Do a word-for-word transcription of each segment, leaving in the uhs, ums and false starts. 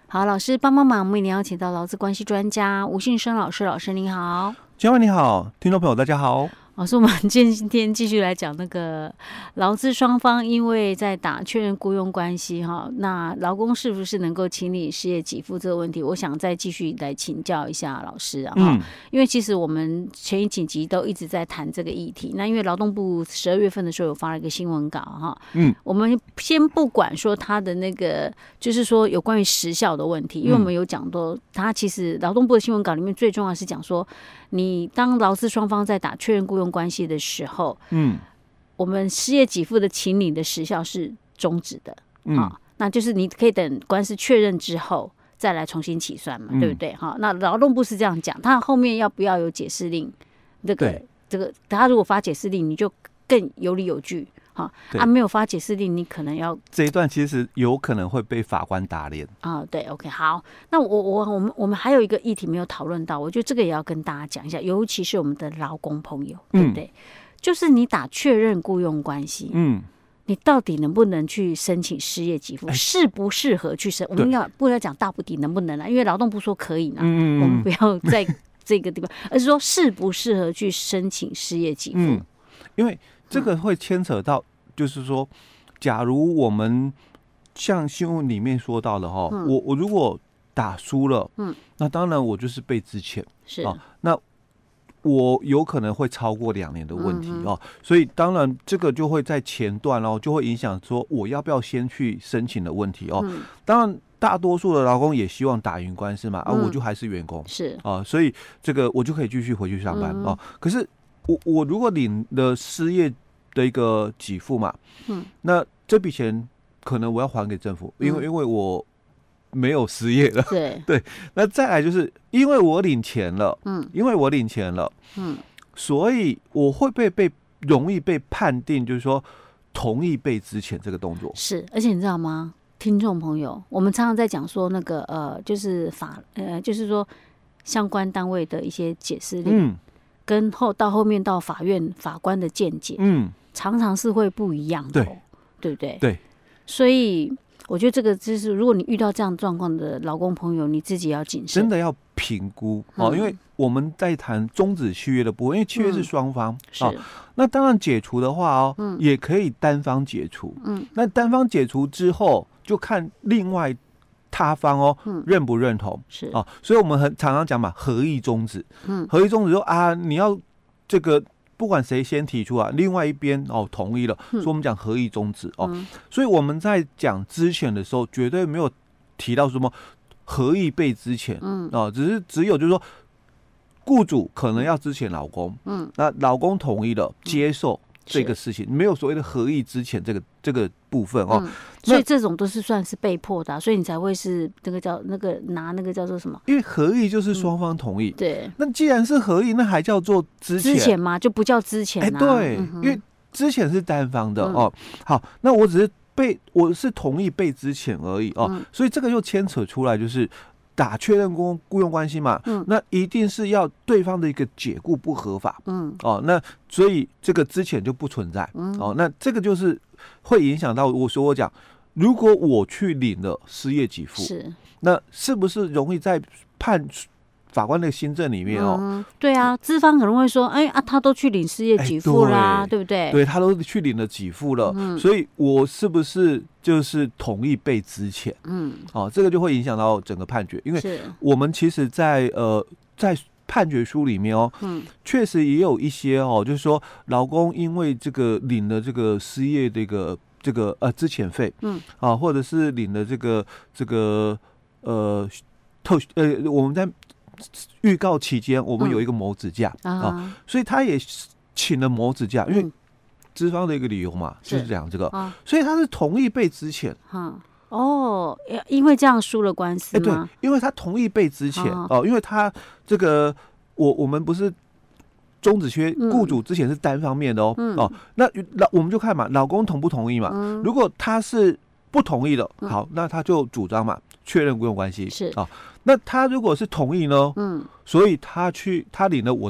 好，老师帮帮忙，我们已经邀请到劳资关系专家吴信生老师，老师您好。 嘉惠你好，听众朋友大家好。 老师，我们今天继续来讲那个劳资双方因为在打确认雇佣关系哈，那劳工是不是能够请领失业给付这个问题，我想再继续来请教一下老师啊。嗯，因为其实我们前一几集都一直在谈这个议题。那因为劳动部十二月份的时候有发了一个新闻稿哈，嗯，我们先不管说他的那个就是说有关于时效的问题，因为我们有讲到，他其实劳动部的新闻稿里面最重要是讲说，你当劳资双方在打确认雇佣关系的时候，嗯，我们失业给付的请领的时效是终止的，嗯，哦，那就是你可以等官司确认之后再来重新起算嘛，嗯，对不对？哈，那劳动部是这样讲，他后面要不要有解释令？这个这个，他如果发解释令，你就更有理有据。啊，没有发解释令，你可能要这一段其实有可能会被法官打脸啊。对 ，OK， 好，那我我我们我们还有一个议题没有讨论到，我觉得这个也要跟大家讲一下，尤其是我们的劳工朋友，对不对？嗯，就是你打确认雇佣关系，嗯，你到底能不能去申请失业给付，欸，适不适合去申？我们要不要讲到底能不能啦？因为劳动部说可以呢，嗯，我们不要在这个地方，而是说适不适合去申请失业给付，嗯， 因为这个会牵扯到。就是说，假如我们像新闻里面说到的哈，嗯，我我如果打输了，嗯，那当然我就是被资遣， 是啊， 那我有可能会超过两年的问题哦，嗯，所以当然这个就会在前段哦，就会影响说我要不要先去申请的问题哦。嗯，当然大多数的劳工也希望打赢官司嘛，啊，我就还是员工， 是啊，所以这个我就可以继续回去上班哦。可是我我如果领了失业的一个给付嘛，嗯，那这笔钱可能我要还给政府，因为因为我没有失业了， 对对。那再来就是因为我领钱了，嗯，因为我领钱了，嗯，所以我会被被容易被判定，就是说同意被资遣这个动作。 是，而且你知道吗，听众朋友，我们常常在讲说那个呃，就是法呃，就是说相关单位的一些解释令，嗯，跟后到后面到法院法官的见解，嗯。常常是会不一样的，哦，对，对不对？ 对， 所以我觉得这个就是，如果你遇到这样状况的劳工朋友，你自己要谨慎， 真的要评估哦，嗯，因为我们在谈终止契约的部分，因为契约是双方，嗯，哦，那当然解除的话哦，嗯，也可以单方解除，嗯，那单方解除之后，就看另外他方哦，嗯，认不认同是啊，哦，所以我们很常常讲嘛，合意终止，嗯，合意终止说啊，你要这个。不管谁先提出啊，另外一边哦同意了，所以我们讲合意终止哦。嗯，所以我们在讲资遣的时候，绝对没有提到什么合意被资遣，嗯哦，只是只有就是说，雇主可能要资遣劳工，嗯，那劳工同意了，接受这个事情，没有所谓的合意资遣这个这个部分哦。嗯， 所以这种都是算是被迫的，啊，所以你才会是那个叫那个拿那个叫做什么？ 因为合意就是双方同意， 嗯，对。 那既然是合意，那还叫做资遣？ 资遣吗？就不叫资遣啊？ 哎，对，嗯，因为资遣是单方的，嗯，哦。好，那我只是被我是同意被资遣而已哦，嗯，所以这个又牵扯出来就是。打确认雇雇佣关系嘛，嗯，那一定是要对方的一个解雇不合法，嗯，哦，那所以这个资遣就不存在，嗯，哦，那这个就是会影响到我说我讲，如果我去领了失业给付， 是， 那是不是容易在判法官的心证里面哦， 嗯，对啊，资方可能会说，哎啊，他都去领失业给付啦，哎，对, 对不对？ 对，他都去领了给付了，嗯，所以我是不是就是同意被资遣？嗯，哦，这个就会影响到整个判决，因为我们其实在呃在判决书里面哦，嗯，确实也有一些哦，就是说劳工因为这个领了这个失业这个这个呃资遣费，嗯，啊，或者是领了这个这个呃特呃我们在。预告期间，我们有一个谋子假，嗯，啊，所以他也请了谋子假，因为资方的一个理由嘛，嗯，就是讲这个，啊，所以他是同意被资遣。 嗯，哦，因为这样输了官司吗？ 欸，对，因为他同意被资遣哦，哦，因为他这个我我们不是终止契约，雇主之前是单方面的哦，嗯，哦，那老我们就看嘛，老公同不同意嘛？嗯，如果他是不同意的，好，那他就主张嘛，确认雇佣关系是啊。那他如果是同意呢？嗯，所以他去他领了我的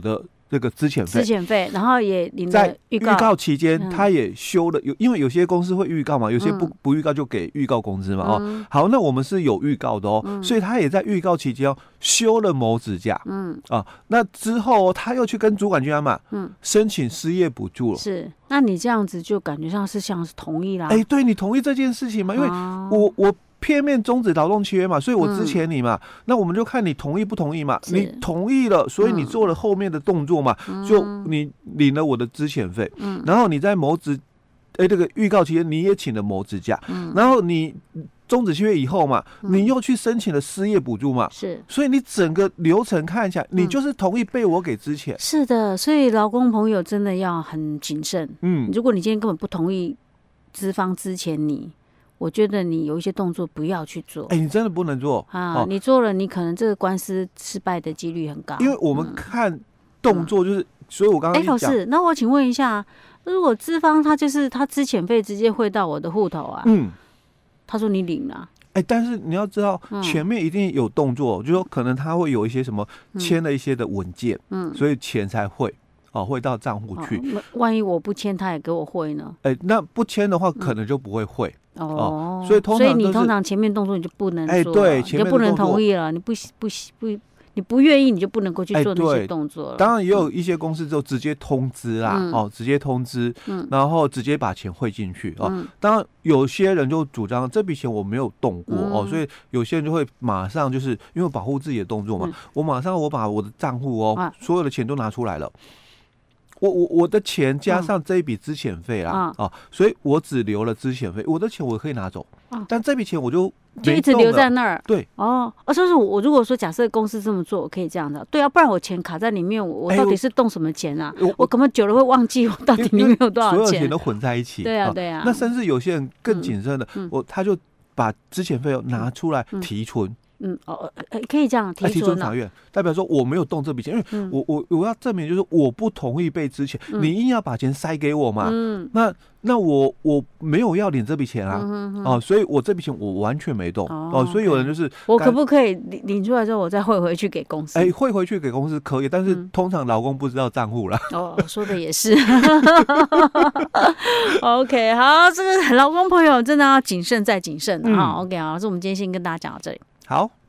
这个资遣费， 资遣费，然后也领了在预告， 预告期间， 嗯他也休了有，因为有些公司会预告嘛，有些不、 嗯、 不预告就给预告工资嘛。 嗯、 哦，好，那我们是有预告的哦， 嗯、 所以他也在预告期间哦休了某指假。嗯啊，那之后、哦、他又去跟主管机关嘛，嗯，申请失业补助了。 是，那你这样子就感觉上是像是同意啦。 哎、欸，对，你同意这件事情吗？因为我、哦、我。片面终止劳动契约嘛，所以我之前你嘛、嗯，那我们就看你同意不同意嘛。你同意了，所以你做了后面的动作嘛，嗯、就你领了我的资遣费，嗯，然后你在谋职，哎、欸，这个预告期间你也请了谋职假，嗯，然后你终止契约以后嘛，嗯、你又去申请了失业补助嘛， 是， 所以你整个流程看起来，你就是同意被我给资遣、嗯。 是的，所以劳工朋友真的要很谨慎，嗯，如果你今天根本不同意资方资遣你。我觉得你有一些动作不要去做， 哎、欸，你真的不能做啊！哦、你做了，你可能这个官司失败的几率很高。 因为我们看动作就是，嗯、所以我刚刚哎，老师，那我请问一下，如果资方他就是他资遣费直接汇到我的户头啊，嗯，他说你领了、啊， 哎、欸，但是你要知道，前面一定有动作，嗯、就说可能他会有一些什么签了一些的文件，嗯，所以钱才会。哦，汇到账户去、 哦。万一我不签，他也给我汇呢？ 哎、欸，那不签的话，可能就不会汇、嗯、 哦。 所以通常、就是， 所以你通常前面动作你就不能做，哎、 欸，对， 你就不能同意了，你不不不，你不愿意，你就不能够去做那些动作了。 欸、当然也有一些公司就直接通知啦，嗯、哦，直接通知，嗯，然后直接把钱汇进去哦、嗯。当然有些人就主张这笔钱我没有动过、嗯、哦，所以有些人就会马上就是因为保护自己的动作嘛，嗯、我马上我把我的账户哦、啊，所有的钱都拿出来了。我我我的钱加上这一笔资遣费啦、嗯啊，所以我只留了资遣费，我的钱我可以拿走，嗯、但这笔钱我就就一直留在那儿。 对， 哦，哦，就是我如果说假设公司这么做，我可以这样的，对啊，不然我钱卡在里面，我我到底是动什么钱啊？欸、我, 我可能久了会忘记我到底里面有多少钱， 所有钱都混在一起。 对啊，对啊。 那甚至有些人更谨慎的，嗯、我他就把资遣费拿出来提存。嗯嗯哦，可以这样提提存法院，代表说我没有动这笔钱，因为我、嗯、我我要证明就是我不同意被资遣、嗯，你硬要把钱塞给我嘛，嗯、那那我我没有要领这笔钱啊，嗯嗯、哦，所以我这笔钱我完全没动哦, 哦，所以有人就是我可不可以领领出来之后我再汇回去给公司？ 哎、欸，汇回去给公司可以，但是通常劳工不知道账户啦。 哦，说的也是。OK， 好，这个劳工朋友真的要谨慎再谨慎啊、嗯。OK， 好，这我们今天先跟大家讲到这里。 好。